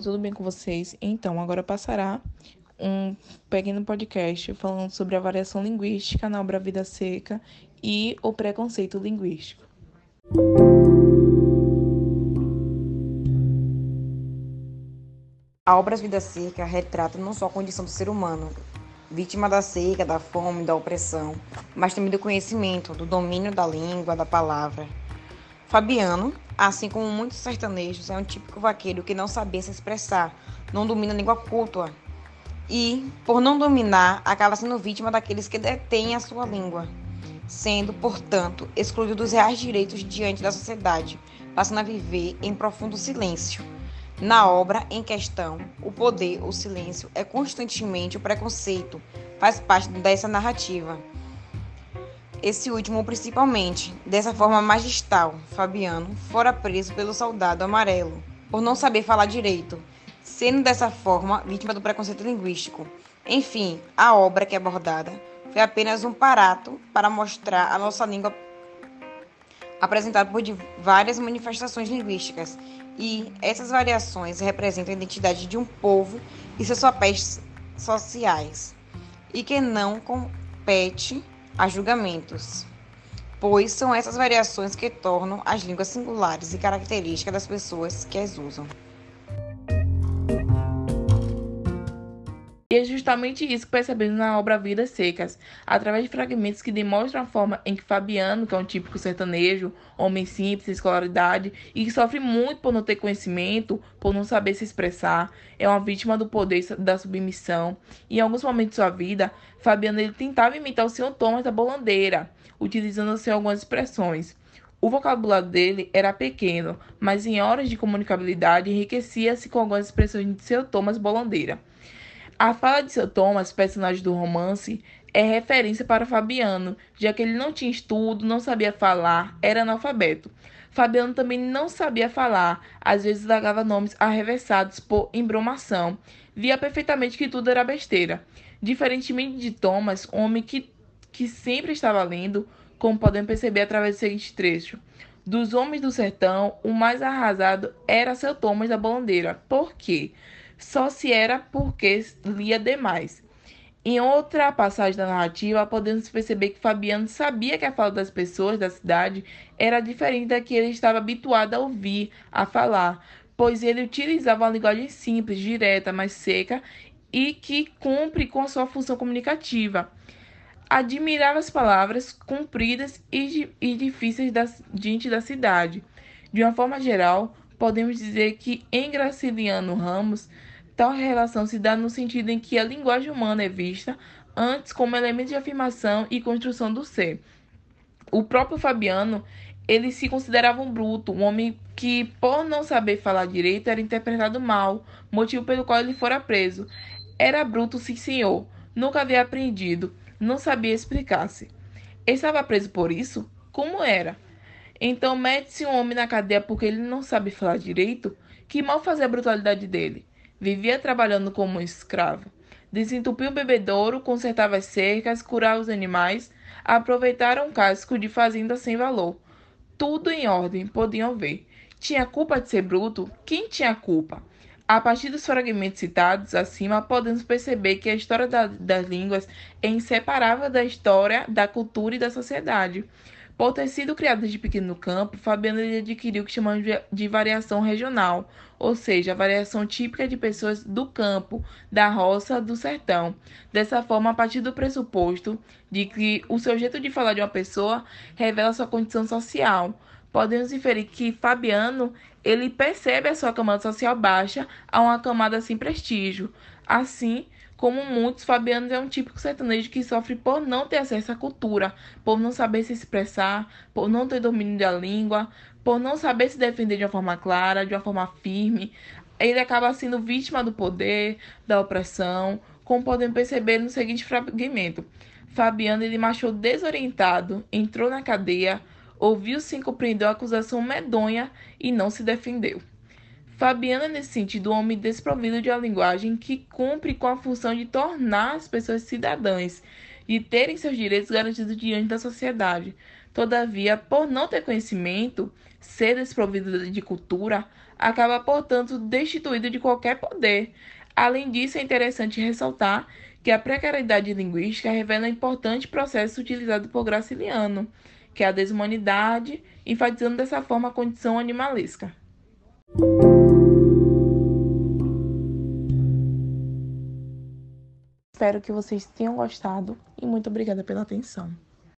tudo bem com vocês? Então, agora passará um pequeno podcast falando sobre a variação linguística na obra Vida Seca e o preconceito linguístico. A obra Vida Seca retrata não só a condição do ser humano, vítima da seca, da fome, da opressão, mas também do conhecimento, do domínio da língua, da palavra. Fabiano, assim como muitos sertanejos, é um típico vaqueiro que não sabia se expressar, não domina a língua culta e, por não dominar, acaba sendo vítima daqueles que detêm a sua língua, sendo, portanto, excluído dos reais direitos diante da sociedade, passando a viver em profundo silêncio. Na obra em questão, o poder, o silêncio, é constantemente o preconceito, faz parte dessa narrativa. Esse último principalmente, dessa forma magistral, Fabiano fora preso pelo soldado amarelo, por não saber falar direito, sendo dessa forma vítima do preconceito linguístico. Enfim, a obra que é abordada foi apenas um aparato para mostrar a nossa língua apresentada por várias manifestações linguísticas, e essas variações representam a identidade de um povo e seus papéis sociais, e que não compete a julgamentos, pois são essas variações que tornam as línguas singulares e características das pessoas que as usam. E é justamente isso que percebemos na obra Vidas Secas, através de fragmentos que demonstram a forma em que Fabiano, que é um típico sertanejo, homem simples, sem escolaridade, e que sofre muito por não ter conhecimento, por não saber se expressar, é uma vítima do poder da submissão. E em alguns momentos de sua vida, Fabiano ele tentava imitar o Sr. Thomas da Bolandeira, utilizando assim algumas expressões. O vocabulário dele era pequeno, mas em horas de comunicabilidade enriquecia-se com algumas expressões de Sr. Thomas Bolandeira. A fala de seu Thomas, personagem do romance, é referência para Fabiano, já que ele não tinha estudo, não sabia falar, era analfabeto. Fabiano também não sabia falar, às vezes largava nomes arrevessados por embromação. Via perfeitamente que tudo era besteira. Diferentemente de Thomas, um homem que sempre estava lendo, como podem perceber através do seguinte trecho. Dos homens do sertão, o mais arrasado era seu Thomas da Bolandeira. Por quê? Só se era porque lia demais. Em outra passagem da narrativa, podemos perceber que Fabiano sabia que a fala das pessoas da cidade era diferente da que ele estava habituado a ouvir, a falar, pois ele utilizava uma linguagem simples, direta, mais seca e que cumpre com a sua função comunicativa. Admirava as palavras compridas e difíceis da gente da cidade. De uma forma geral, podemos dizer que em Graciliano Ramos, tal relação se dá no sentido em que a linguagem humana é vista antes como elemento de afirmação e construção do ser. O próprio Fabiano, ele se considerava um bruto, um homem que, por não saber falar direito, era interpretado mal, motivo pelo qual ele fora preso. Era bruto, sim, senhor. Nunca havia aprendido, não sabia explicar-se. Estava preso por isso? Como era? Então mete-se um homem na cadeia porque ele não sabe falar direito? Que mal fazia a brutalidade dele? Vivia trabalhando como um escravo. Desentupia o bebedouro, consertava as cercas, curava os animais, aproveitaram um casco de fazenda sem valor. Tudo em ordem, podiam ver. Tinha culpa de ser bruto? Quem tinha culpa? A partir dos fragmentos citados acima, podemos perceber que a história das línguas é inseparável da história, da cultura e da sociedade. Por ter sido criado desde pequeno no campo, Fabiano adquiriu o que chamamos de variação regional, ou seja, a variação típica de pessoas do campo, da roça, do sertão. Dessa forma, a partir do pressuposto de que o seu jeito de falar de uma pessoa revela sua condição social, podemos inferir que Fabiano ele percebe a sua camada social baixa a uma camada sem prestígio. Assim, como muitos, Fabiano é um típico sertanejo que sofre por não ter acesso à cultura, por não saber se expressar, por não ter domínio da língua, por não saber se defender de uma forma clara, de uma forma firme. Ele acaba sendo vítima do poder, da opressão, como podemos perceber no seguinte fragmento. Fabiano ele marchou desorientado, entrou na cadeia, ouviu sem compreender a acusação medonha e não se defendeu. Fabiano é, nesse sentido, um homem desprovido de uma linguagem que cumpre com a função de tornar as pessoas cidadãs, de terem seus direitos garantidos diante da sociedade. Todavia, por não ter conhecimento, ser desprovido de cultura, acaba, portanto, destituído de qualquer poder. Além disso, é interessante ressaltar que a precariedade linguística revela um importante processo utilizado por Graciliano, que é a desumanidade, enfatizando dessa forma a condição animalesca. Espero que vocês tenham gostado e muito obrigada pela atenção.